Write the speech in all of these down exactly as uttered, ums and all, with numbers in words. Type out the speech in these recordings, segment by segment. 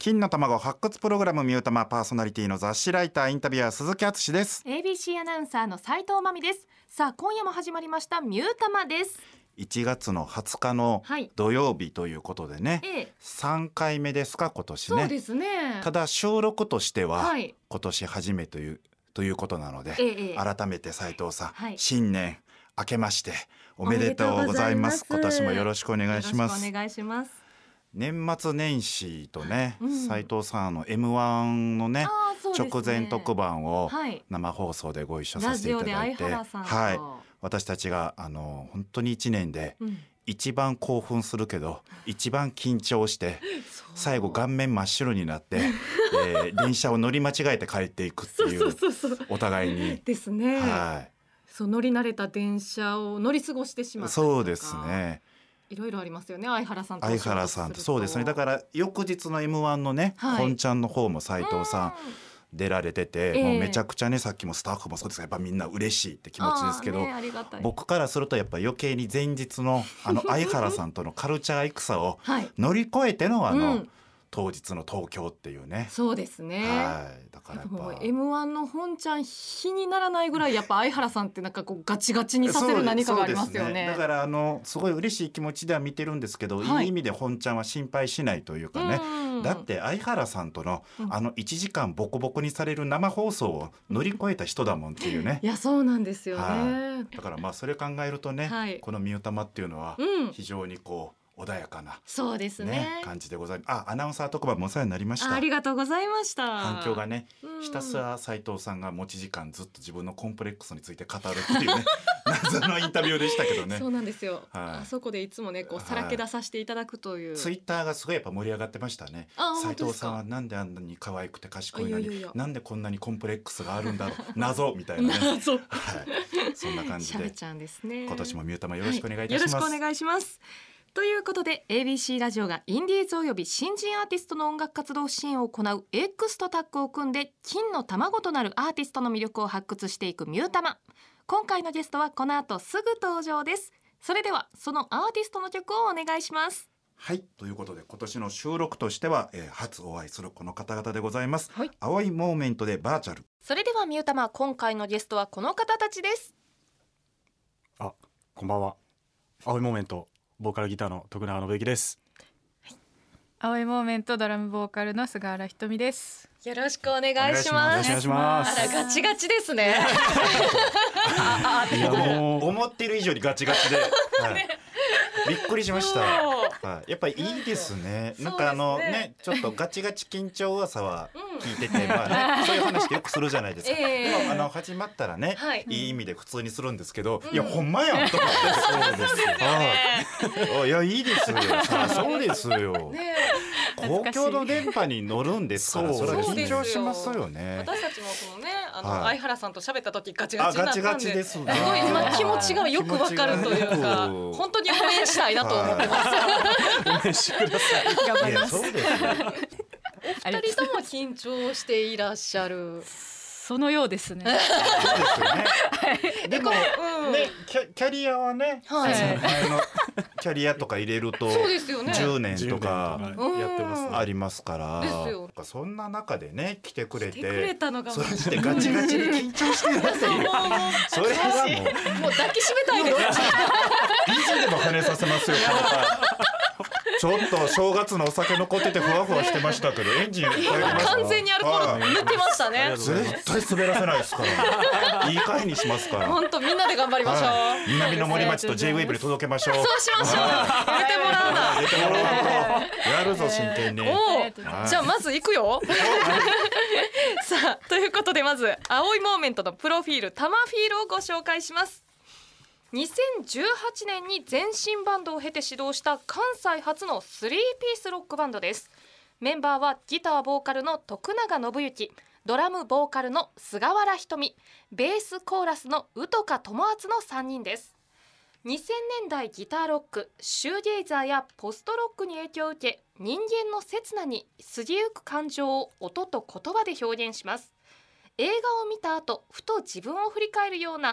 金の卵発掘プログラムミュータマ、パーソナリティの雑誌ライターインタビュアー鈴木敦です。 エービーシー アナウンサーの斉藤真美です。さあ今夜も始まりましたミュータマです。 いちがつのはつかの土曜日ということでね、はい、さんかいめですか今年ね。 そうですね。 ただ収録としては、 はい、 今年初めというということなので、 ええ、 改めて斉藤さん、はい、新年明けましておおめでとうございます。今年もよろしくお願いします。 よろしくお願いします。 年末年始とね、 うん、 斉藤さんの エムワン の ね, ね直前特番を生放送でご一緒させていただいて、 はい、 はい、私たちがあの本当にいちねんで一番興奮するけど、うん、一番緊張して最後顔面真っ白になって、えー、電車を乗り間違えて帰っていくっていうお互いにですね、 はい、 そう乗り慣れた電車を乗り過ごしてしまったりとか、 そうですね、 いろいろありますよね。相原さんと相原さんとそうですね。だから翌日の エムワン のね、はい、本ちゃんの方も斉藤さん出られてて、えー、もうめちゃくちゃね、さっきもスタッフもそうですがやっぱみんな嬉しいって気持ちですけど、 ね、 僕からするとやっぱ余計に前日のあの相原さんとのカルチャー戦を乗り越えてのあの、はい、うん、当日の東京っていうね。 そうですね、 はい、だからやっぱもう エムワン の本ちゃん比にならないぐらいやっぱ相原さんってなんかこうガチガチにさせる何かがありますよ ね, ねだからあのすごい嬉しい気持ちでは見てるんですけど、はい、いい意味で本ちゃんは心配しないというかね、うん、だって相原さんとのあのいちじかんボコボコにされる生放送を乗り越えた人だもんっていうね、 いやそうなんですよね、 はい、だからまあそれ考えるとね、はい、このミュータマっていうのは非常にこう、うん穏やかな、 そうですね、 ね、感じでございます。あ、アナウンサー特番もお世話になりました。 あ, ありがとうございました。 反響がね、ひたすら斉藤さんが持ち時間ずっと自分のコンプレックスについて語るっていうね謎のインタビューでしたけどね。 そうなんですよ、はい、あそこでいつもねこうさらけ出させていただくという、はい、 ツイッターがすごいやっぱ盛り上がってましたね。斉藤さんはなんであんなに可愛くて賢いのに、いやいやいやなんでこんなにコンプレックスがあるんだろう謎みたいなね謎、 はい、そんな感じでしゃべちゃんですね。 今年もミュータマよろしくお願いいたします、 はい、よろしくお願いします。ということで エービーシー ラジオがインディーズおよび新人アーティストの音楽活動支援を行う X とタッグを組んで金の卵となるアーティストの魅力を発掘していくミュータマ。今回のゲストはこの後すぐ登場です。それではそのアーティストの曲をお願いします。 はい、ということで今年の収録としては、えー、初お会いするこの方々でございます、はい、青いモーメントでバーチャル。 それではミュータマ、今回のゲストはこの方たちです。 あ、こんばんは。青いモーメントボーカルギターの徳永信之です、 はい、青いモーメントドラムボーカルの菅原ひとみです。 よろしくお願いします。 お願いします。 あらガチガチですねああ僕も思っている以上にガチガチで、はいびっくりしました、はい、やっぱりいいですね。なんかあの ね, ねちょっとガチガチ緊張噂は聞いてて、うんまあね、そういう話よくするじゃないですか、えー、でもあの始まったらね、はい、いい意味で普通にするんですけど、うん、いやほんまやんと思ってそうですよ、ね、いやいいですよそうですよ、ね、公共の電波に乗るんですからそれは緊張しますよね。 私たちもこのねあの、はい、相原さんと喋った時ガチガチになったんで、ガチガチですね、 すごい今気持ちがよくわかるというか本当に応援したいなと思ってます応援してください。 頑張ります。 そうですよお二人とも緊張していらっしゃるそのようですね。 そうですよね、はい、でも、うんね、キャ、キャリアはね、はい、前のキャリアとか入れるとじゅうねんとかやってます、ね、 ありますからですよ。 そんな中でね来てくれて来てくれたのがそしてガチガチに緊張してるっていうそれはもうもう抱きしめたいですいつでも跳ねさせますよちょっと正月のお酒残っててふわふわしてましたけどエンジン完全にアルコール抜けましたね。 絶対滑らせないですからいい回にしますから本当みんなで頑張りましょう、はい、 南の森町と ジェイウェーブ で届けましょう。 そうしましょう、はい、入れてもらうな入れてもらうとやるぞ真剣に、 はい、じゃあまず行くよさあということでまず青いモーメントのプロフィールタマフィールをご紹介します。にせんじゅうはちねんに前身バンドを経て始動した関西初のスリーピースロックバンドです。メンバーはギターボーカルの徳永信之、ドラムボーカルの菅原ひとみ、ベースコーラスの宇戸賀智敦のさんにんです。にせんねんだいギターロック、シューゲイザーやポストロックに影響を受け人間の刹那に過ぎゆく感情を音と言葉で表現します。映画を見た後ふと自分を振り返るような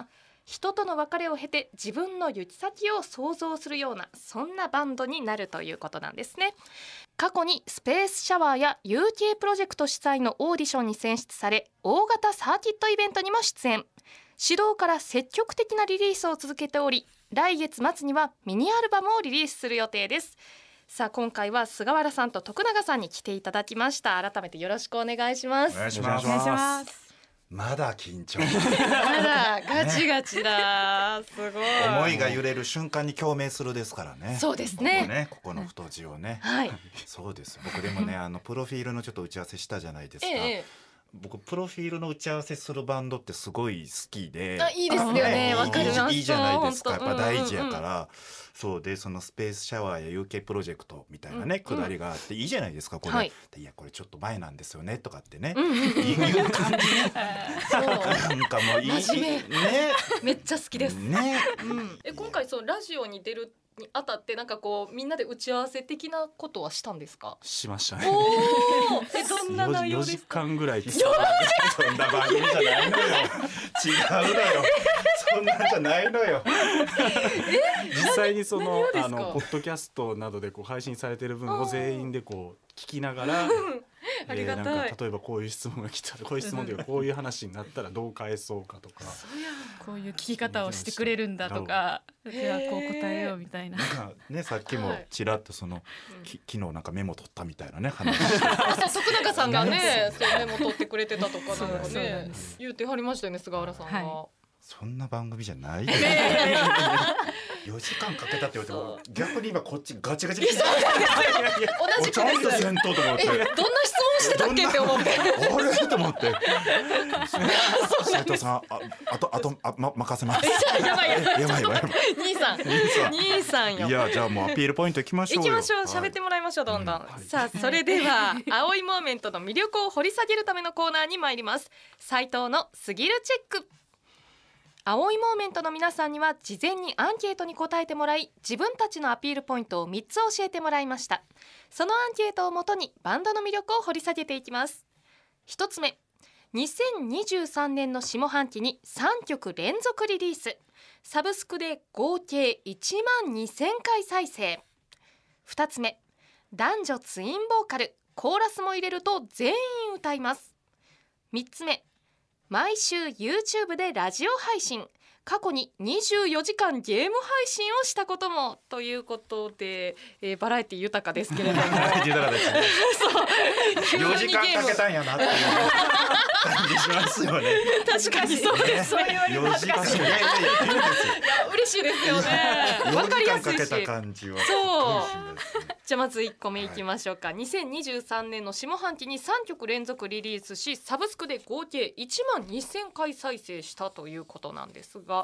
人との別れを経て自分の行き先を想像するようなそんなバンドになるということなんですね。過去にスペースシャワーや ユーケー プロジェクト主催のオーディションに選出され、大型サーキットイベントにも出演。始動から積極的なリリースを続けており、来月末にはミニアルバムをリリースする予定です。さあ今回は菅原さんと徳永さんに来ていただきました。改めてよろしくお願いします。 お願いします。 お願いします。 まだ緊張まだガチガチだ、すごい。 思いが揺れる瞬間に共鳴するですからね。 そうですね。 ここね、ここの太字をね、 はい、 そうです。僕でもね、あのプロフィールのちょっと打ち合わせしたじゃないですか、 ええ、 僕プロフィールの打ち合わせするバンドってすごい好きで、 あ、いいですよね、わかります。 いいじゃないですか、やっぱ大事やから、 うんうんうん、 そうで、そのスペースシャワーや ユーケー プロジェクトみたいなね、くだりがあっていいじゃないですかこれ、はい、いやこれちょっと前なんですよねとかってね、うんうんうん、いう感じねそうなんかもういい真面目ね、めっちゃ好きですね、 うん、え今回そのラジオに出るにあたってなんかこうみんなで打ち合わせ的なことはしたんですか？ しましたね。 おーえどんな内容ですか？ よじかんぐらいそんな番組じゃないのよ違うのよそんなんじゃないのよ実際にそのあのポッドキャストなどでこう配信されている分を全員でこう聞きながらありがたい、 えー、なんか例えばこういう質問が来たらこういう質問というかこういう話になったらどう返そうかとかこういう聞き方をしてくれるんだとかではこう答えようみたいな、 なんかね、さっきもちらっとその、はい、き昨日なんかメモ取ったみたいなね話そう徳永さんがねそうメモ取ってくれてたとかなんかね言ってはりましたよね菅原さんが、はい、 そんな番組じゃないよよじかんかけたって言われても逆に今こっちガチガチに同じくです。ちゃんと戦闘と思ってどんな質問してたっけって思ってあれと思って斉藤さん、ああとあとあ、ま、任せますやばいやばいやばいやばい兄さん兄さんよ。 いやじゃあもうアピールポイントいきましょうよ。 いきましょう、喋ってもらいましょうどんどん、はい、さあそれでは青いモーメントの魅力を掘り下げるためのコーナーに参ります。斉藤のすぎるチェック。青いモーメントの皆さんには事前にアンケートに答えてもらい、自分たちのアピールポイントをみっつ教えてもらいました。そのアンケートをもとにバンドの魅力を掘り下げていきます。ひとつめ、にせんにじゅうさんねんの下半期にさんきょく連続リリース、サブスクで合計いちまんにせんかい再生。ふたつめ、男女ツインボーカル、コーラスも入れると全員歌います。みっつめ、毎週 YouTube でラジオ配信、過去ににじゅうよじかんゲーム配信をしたことも、ということで、えー、バラエティ豊かですけれどもバラエティ豊かですねそうよじかんかけたんやなっていう感じしますよね確かにそうです、ね、そう言われると恥ずかしい。いや嬉しいですよねわかりやすいしよじかんかけた感じはそうじゃあまずいっこめいきましょうか、はい、にせんにじゅうさんねんの下半期にさんきょく連続リリースし、サブスクで合計いちまんにせんかい再生したということなんですが、はい、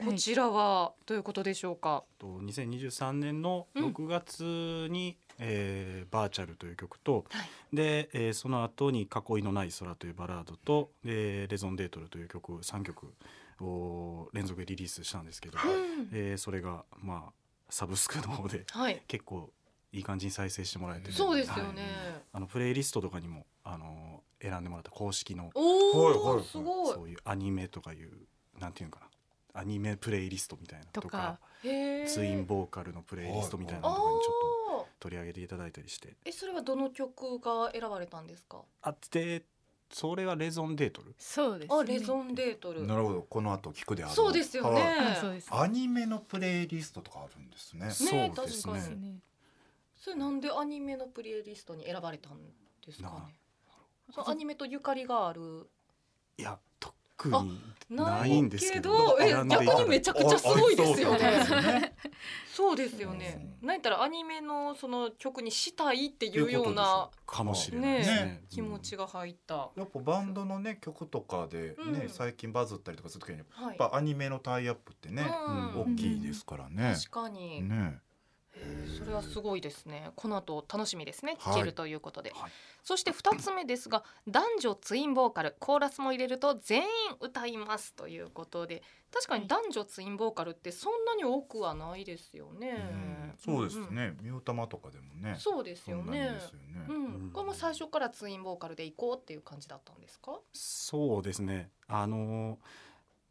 こちらはどういうことでしょうか。 にせんにじゅうさんねんのろくがつに、うんえー、バーチャルという曲と、はい、で、えー、その後に囲いのない空というバラードと、えー、レゾンデートルという曲さんきょくを連続でリリースしたんですけど、はいえー、それがまあサブスクの方で結構いい感じに再生してもらえて、 そうですよね、はい、 あのプレイリストとかにもあの選んでもらった公式のおーすごいそういうアニメとかいうなんていうのかなアニメプレイリストみたいなとか、とかツインボーカルのプレイリストみたいなのとかにちょっと取り上げていただいたりして、 えそれはどの曲が選ばれたんですか。 あでそれはレゾンデートル。 そうです、ね、 あレゾンデートル。 なるほど、この後聞くである。 そうですよね、 はい、アニメのプレイリストとかあるんですね。 ね、 そうですね。 確かにそれなんでアニメのプレイリストに選ばれたんですかね。そのアニメとゆかりがある。 いや特にないんですけど、 え逆にめちゃくちゃすごいですよね。そうですよね。なんやったらアニメのその曲にしたいっていうようなかもしれないですね、 ね、気持ちが入った。 やっぱバンドのね曲とかでね、うん、最近バズったりとかする時にやっぱアニメのタイアップってね、うん、大きいですからね。 確かに。 ね。 それはすごいですね。この後楽しみですね、聞けるということで、はいはい、そしてふたつめですが、男女ツインボーカルコーラスも入れると全員歌いますということで、確かに男女ツインボーカルってそんなに多くはないですよね、 うん、そうですね、ミュータマとかでもね。 そうですよね、 ですよね、 うん、これも最初からツインボーカルで行こうっていう感じだったんですか。 そうですね、あの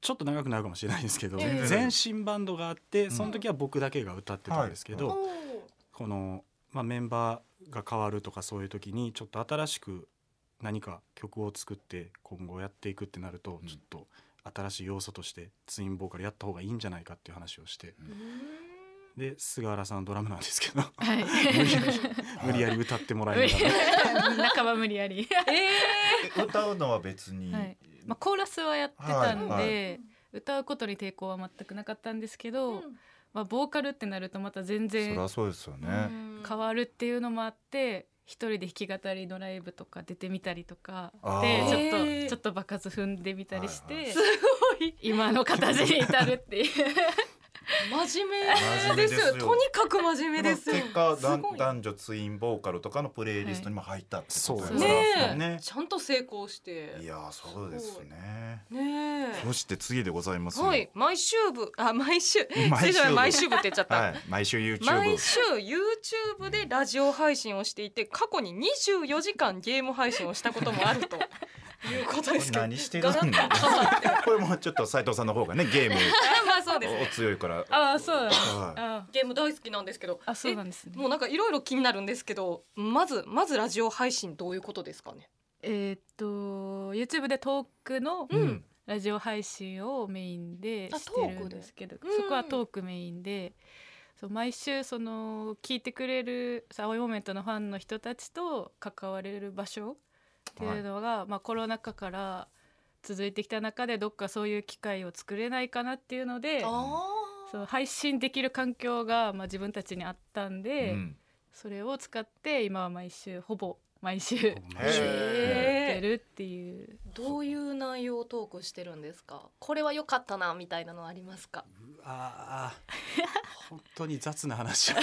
ちょっと長くなるかもしれないんですけど、 えー前身バンドがあってその時は僕だけが歌ってたんですけど、 おーこの、まあ、メンバーが変わるとかそういう時にちょっと新しく何か曲を作って今後やっていくってなると、 うんちょっと新しい要素としてツインボーカルやった方がいいんじゃないかっていう話をして、 うーんで菅原さんドラムなんですけどはい無理やり無理やり歌ってもらいながら仲間無理やり、 ええ歌うのは別に、 はいまあ、コーラスはやってたんで、 はいは歌うことに抵抗は全くなかったんですけど、 ーまあ、ボーカルってなるとまた全そり然ゃそうですよね、 うん変わるっていうのもあって一人で弾き語りのライブとか出てみたりとかあーでちょっと、 へーちょっと場数踏んでみたりして、 はいはいすごい今の形に至るっていう真面真面目目ですよ。 ですよとにかく真面目ですよ。 結果すごい男男女ツインボーカルとかのプレイリストにも入ったってことですはいねえ、 ねちゃんと成功して。 いやーそうですね。 ねえ。 そして次でございますよはい、毎週部あ毎週毎週部毎週部って言っちゃった。 はい、毎週 YouTube 毎週 YouTube でラジオ配信をしていて過去ににじゅうよじかんゲーム配信をしたこともあるということですけど何してるんだガラッと変わってこれもちょっと斉藤さんの方がねゲームあまあそうですねお強いからああそうなんですはあゲーム大好きなんですけどあそうなんですねえもうなんかいろいろ気になるんですけどまずまずラジオ配信どういうことですかね。 えーっと YouTube でトークのい、うんラジオ配信をメインであしてるんですけど、 トークでうんそこはトークメインで、そう毎週その聞いてくれる青いモーメントのファンの人たちと関われる場所っていうのが、まあ、コロナ禍から続いてきた中でどっかそういう機会を作れないかなっていうのであそう配信できる環境が、まあ、自分たちにあったんで、 うんそれを使って今は毎週ほぼ毎週毎週やってるっていう。 どういう内容をトークしてるんですか。これは良かったなみたいなのありますか。 あー本当に雑な話を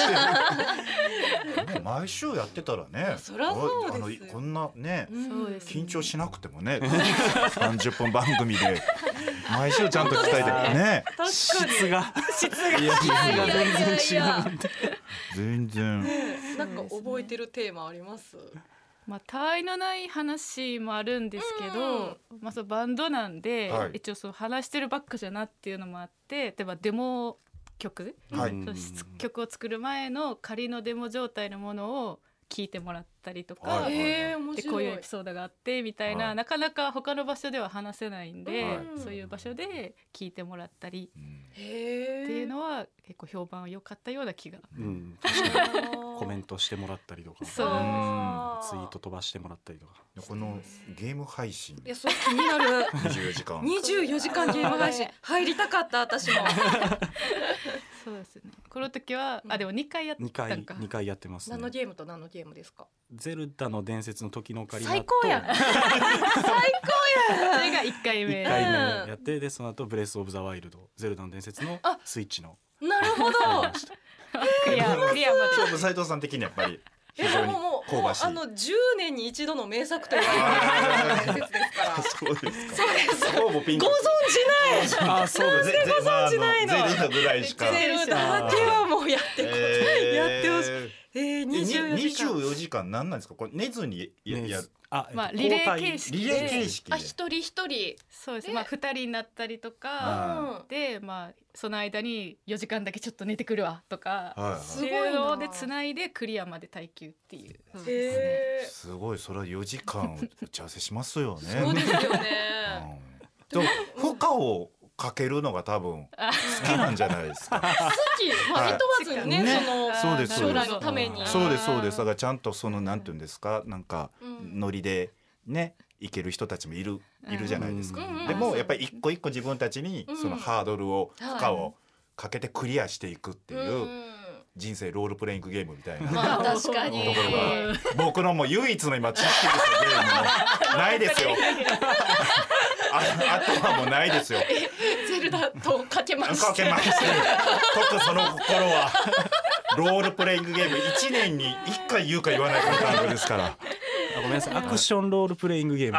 でも毎週やってたらねそりゃそうですよあのこんなねそうですね緊張しなくてもねさんじゅっぷん番組で毎週ちゃんと伝えてね確かに質が質がいや質がいやいやいや全いや然違うんで全然なんか覚えてるテーマあります。 まあ、たわいのない話もあるんですけど、まあ、そうバンドなんで、 はい一応そう話してるばっかじゃなっていうのもあって例えばデモ曲、 はいうんそう曲を作る前の仮のデモ状態のものを聞いてもらったりとか、 はいえー、面白い。 でこういうエピソードがあってみたいな、 はいなかなか他の場所では話せないんで、 はいそういう場所で聞いてもらったりうんへーっていうのは結構評判良かったような気が。 うん確かにコメントしてもらったりとかそうあツイート飛ばしてもらったりとかでこのゲーム配信いやそう気になるにじゅうよじかんにじゅうよじかんゲーム配信入りたかった私も。 そうですねこの時は、 うんあでもにかいやったにかいんかにかいやってますね何のゲームと何のゲームですか。 ゼルダの伝説の時のオカリナと最高やん最それがいっかいめいっかいめやってでその後ブレスオブザワイルドゼルダの伝説のあスイッチの高やなるほど。 やりましたクリアクリアまでちょっと斉藤さん的にやっぱり非え常にもうもうもう香ばしいあのじゅうねんに一度の名作と言われてる伝説ですから。 そうですかそうです。 そうもピンご存知ない。 あそうですぜぜまああの知ないのゼルダぐらいしかゼルダだけはもうやってこえーやってほしい。えー、にじゅうよじかん。 にじゅうよじかん何なんですかこれ寝ずにやねやるあまあえっとリレー交代形式リレー形式であ一人一人。 そうですでまあふたりになったりとかあでまあその間によじかんだけちょっと寝てくるわとかはいすごいっていうのでなつないでクリアまで耐久っていう。 へすごいそれはよじかん打ち合わせしますよーねそうですよね。 うんでも負荷をかけるのが多分あ好きなんじゃないですか好き、まあ、 はいいとわずにね、 ねそのそうですそうです将来のために。 そうですそうですだからちゃんとそのなんていうんですかなんかうんノリでねいける人たちもいるいるじゃないですかうんうんでもやっぱり一個一個自分たちにうんそのハードルを負荷をかけてクリアしていくっていう人生ロールプレイングゲームみたいなまあ確かに。 ところが僕のもう唯一の今知識ですよゲームのないですよああとはもうないですよゼルダとかけまして。 かけまして特その頃はロールプレイングゲームいちねんにいっかい言うか言わないかの単語ですからあごめんなさいアクションロールプレイングゲーム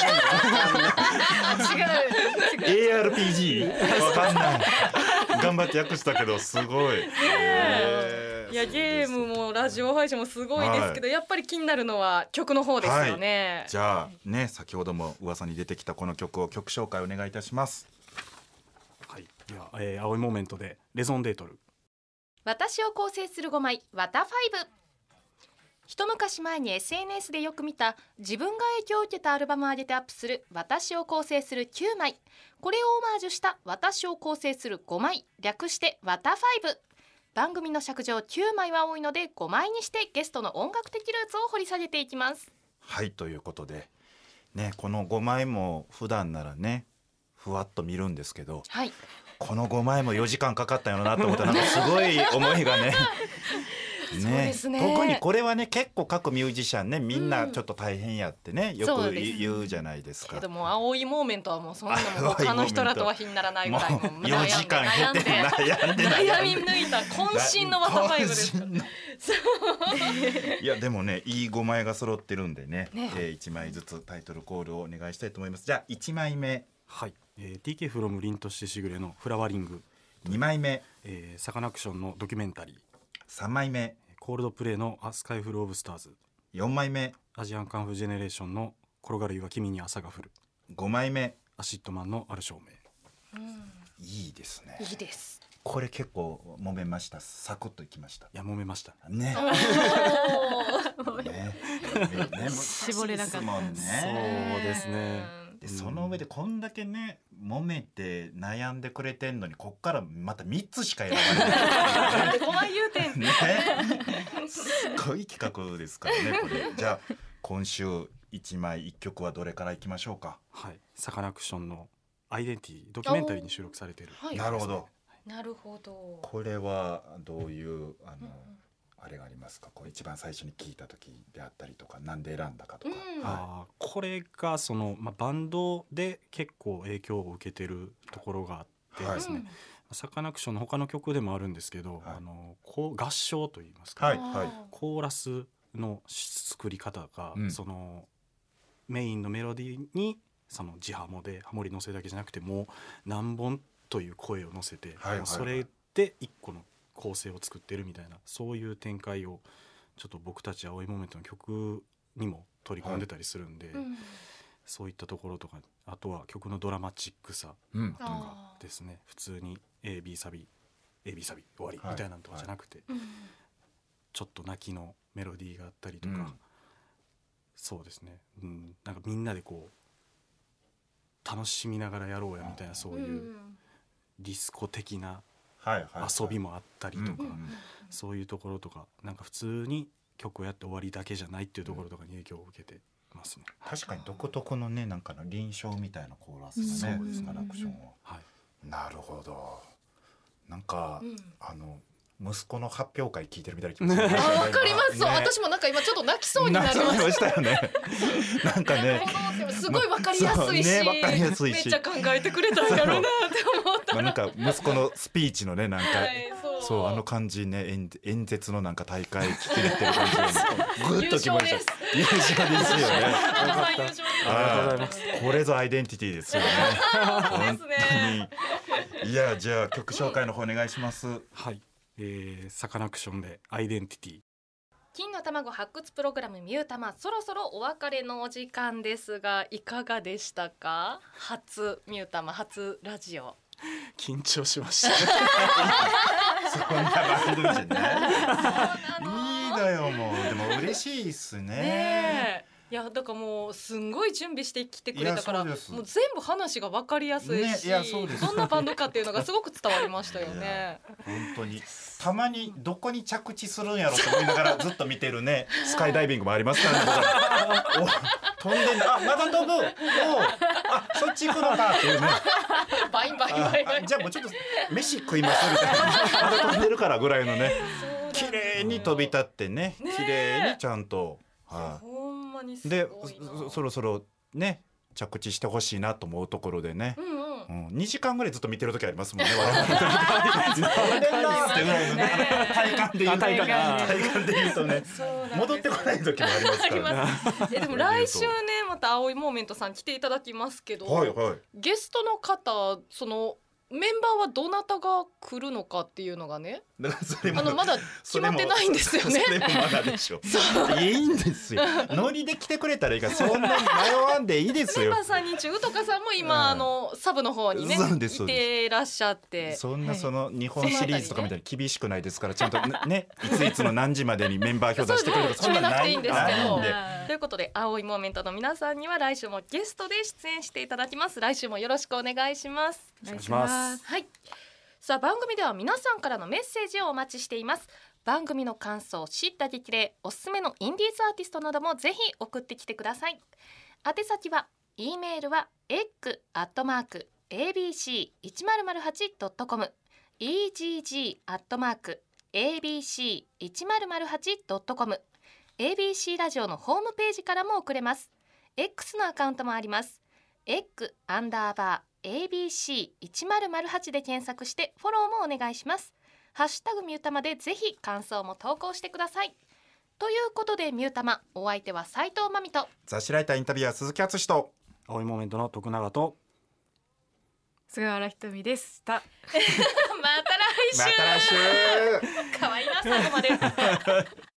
エーアールピージー わかんない頑張って訳したけどすごい、えいやゲームもラジオ配信もすごいですけど、やっぱり気になるのは曲の方ですよね。 じゃあね先ほども噂に出てきたこの曲を曲紹介お願いいたします。 いや、えー、青いモーメントでレゾンデートル。 私を構成するごまいワタファイブ。一昔前に エスエヌエス でよく見た自分が影響を受けたアルバムを上げてアップする私を構成するきゅうまい、これをオマージュした私を構成するごまい、略してワタファイブ。番組の尺上きゅうまいは多いのでごまいにしてゲストの音楽的ルーツを掘り下げていきます。 はいということでね、このごまいも普段ならねふわっと見るんですけど、 はい、 このごまいもよじかんかかったよなと思ったらなんかすごい思いがねね、 そうですね。 特にこれはね結構各ミュージシャンねみんなちょっと大変やってね、うん、よく言うじゃないですか。 けども青いモーメントはもうそんなも他の人らとは比にならないぐらいもうよじかん悩んで悩んで悩み抜いた渾身のワタファイブですから。 いやでもねいいごまいが揃ってるんでね、 ねえー、いちまいずつタイトルコールをお願いしたいと思います。じゃあいちまいめ、 はい、えー、ティーケー from 凛としてしぐれのフラワリング。 にまいめ、 えー、サカナクションのドキュメンタリー。 さんまいめ、 コールドプレイのアスカイフルオブスターズ。 よんまいめ、 アジアンカンフージェネレーションの転がる岩君に朝が降る。 ごまいめ、 アシッドマンのある照明。 うん、 いいですね。 いいです。 これ結構揉めました。サクッといきました。 いや揉めましたね。ねね絞れなかったもんね。 そうですね。 でその上でこんだけね揉めて悩んでくれてんのにこっからまたみっつしか選ばれないごまい言うてんね。すごい企画ですからねこれ。じゃあ今週いちまいいっきょくはどれからいきましょうか。 はい、サカナクションのアイデンティティドキュメンタリーに収録されている、 はい、 なるほど。 なるほど。 これはどういうあの、 うんうん、 あれがありますか。こう一番最初に聞いた時であったりとかなんで選んだかとか、 うん、 あこれがその、まあ、バンドで結構影響を受けてるところがあってですね、はい、サカナクションの他の曲でもあるんですけど、はい、あのこう合唱といいますか、 はいはい、 コーラスの作り方が、うん、そのメインのメロディーにその地ハモでハモリ乗せるだけじゃなくてもう何本という声を乗せて、はいはいはい、それで一個の構成を作ってるみたいなそういう展開をちょっと僕たち青いモーメントの曲にも取り込んでたりするんで、はい、うん、そういったところとかあとは曲のドラマチックさとかですね、うん、普通に エービー サビ エービー サビ終わりみたいなのとかじゃなくて、はいはい、ちょっと泣きのメロディーがあったりとか、うん、そうですね、うん、なんかみんなでこう楽しみながらやろうやみたいなそういうディスコ的な遊びもあったりとか、そういうところとかなんか普通に曲をやって終わりだけじゃないっていうところとかに影響を受けてますね。 確かに独特のねなんかの臨床みたいなコーラスがね、サカナクションは、はい、なるほど。なんか、うん、あの息子の発表会聞いてるみたいな気持ちわかります、ね、私もなんか今ちょっと泣きそうになりましたよねなんかねすごいわかりやすいし、 ね、わかりやすいしめっちゃ考えてくれたんやろうなって思ったら、 まあ、なんか息子のスピーチのねなんか、はい、そう、そうあの感じね 演, 演説のなんか大会聞き入れてる感じで、ね、ぐっと気持ちいい優勝ですよねありがとうございます。これぞアイデンティティですよね本当に。いやじゃあ曲紹介の方お願いします。 はい、えー、サカナクションでアイデンティティ。 金の卵発掘プログラムミュータマ、そろそろお別れのお時間ですがいかがでしたか。初ミュータマ初ラジオ緊張しましたそんな番組じゃないいいだよもう。でも嬉しいっすね。 ねえいやだからもうすんごい準備してきてくれたからもう全部話が分かりやすいし、ね、いやそうですどんなバンドかっていうのがすごく伝わりましたよね本当にたまにどこに着地するんやろと思いながらずっと見てるねスカイダイビングもありますからね飛んでんだあまだ飛ぶおあそっち行くのかっていうねバインバインバインバインじゃあもうちょっと飯食いますみたいなまだ飛んでるからぐらいのね綺麗に飛び立ってね綺麗にちゃんとはい、ほんまにすごいな。で そ, そろそろね着地してほしいなと思うところでね、うんうんうん、にじかんぐらいずっと見てる時ありますもんね体感で言うと体感で言うとね戻ってこない時もありますからねえでも来週ねまた青いモーメントさん来ていただきますけど、はいはい、ゲストの方そのメンバーはどなたが来るのかっていうのがねだからそれもあのまだ決まってないんですよね。 それもまだでしょ。いいんですよ。ノリで来てくれたらいいから、そんなに迷わんでいいですよ。 メンバーさんに中宇とかさんも今、 うんあのサブの方にねそうですいてらっしゃって、 そんなその日本シリーズとかみたいに厳しくないですから、ちゃんとねいついつの何時までにメンバー表出してくれるとかそんなないんで。 ということで青いモーメントの皆さんには来週もゲストで出演していただきます。来週もよろしくお願いします。 お願いします。 はい。さあ番組では皆さんからのメッセージをお待ちしています。番組の感想、知った激励、おすすめのインディーズアーティストなどもぜひ送ってきてください。宛先は E メールは エッグ アットマーク エービーシーいちまるまるはち ドットコム イージージー アットマーク エービーシーいちまるまるはち ドットコム エービーシー ラジオのホームページからも送れます。 X のアカウントもあります。エッグ アンダーバーエービーシーいちまるまるはち で検索してフォローもお願いします。ハッシュタグミュータマでぜひ感想も投稿してください。ということでミュータマ、お相手は斉藤真美と雑誌ライターインタビュアー鈴木敦と青いモーメントの徳永と菅原ひとみでした。 また来週。 また来週。 可愛いな最後まで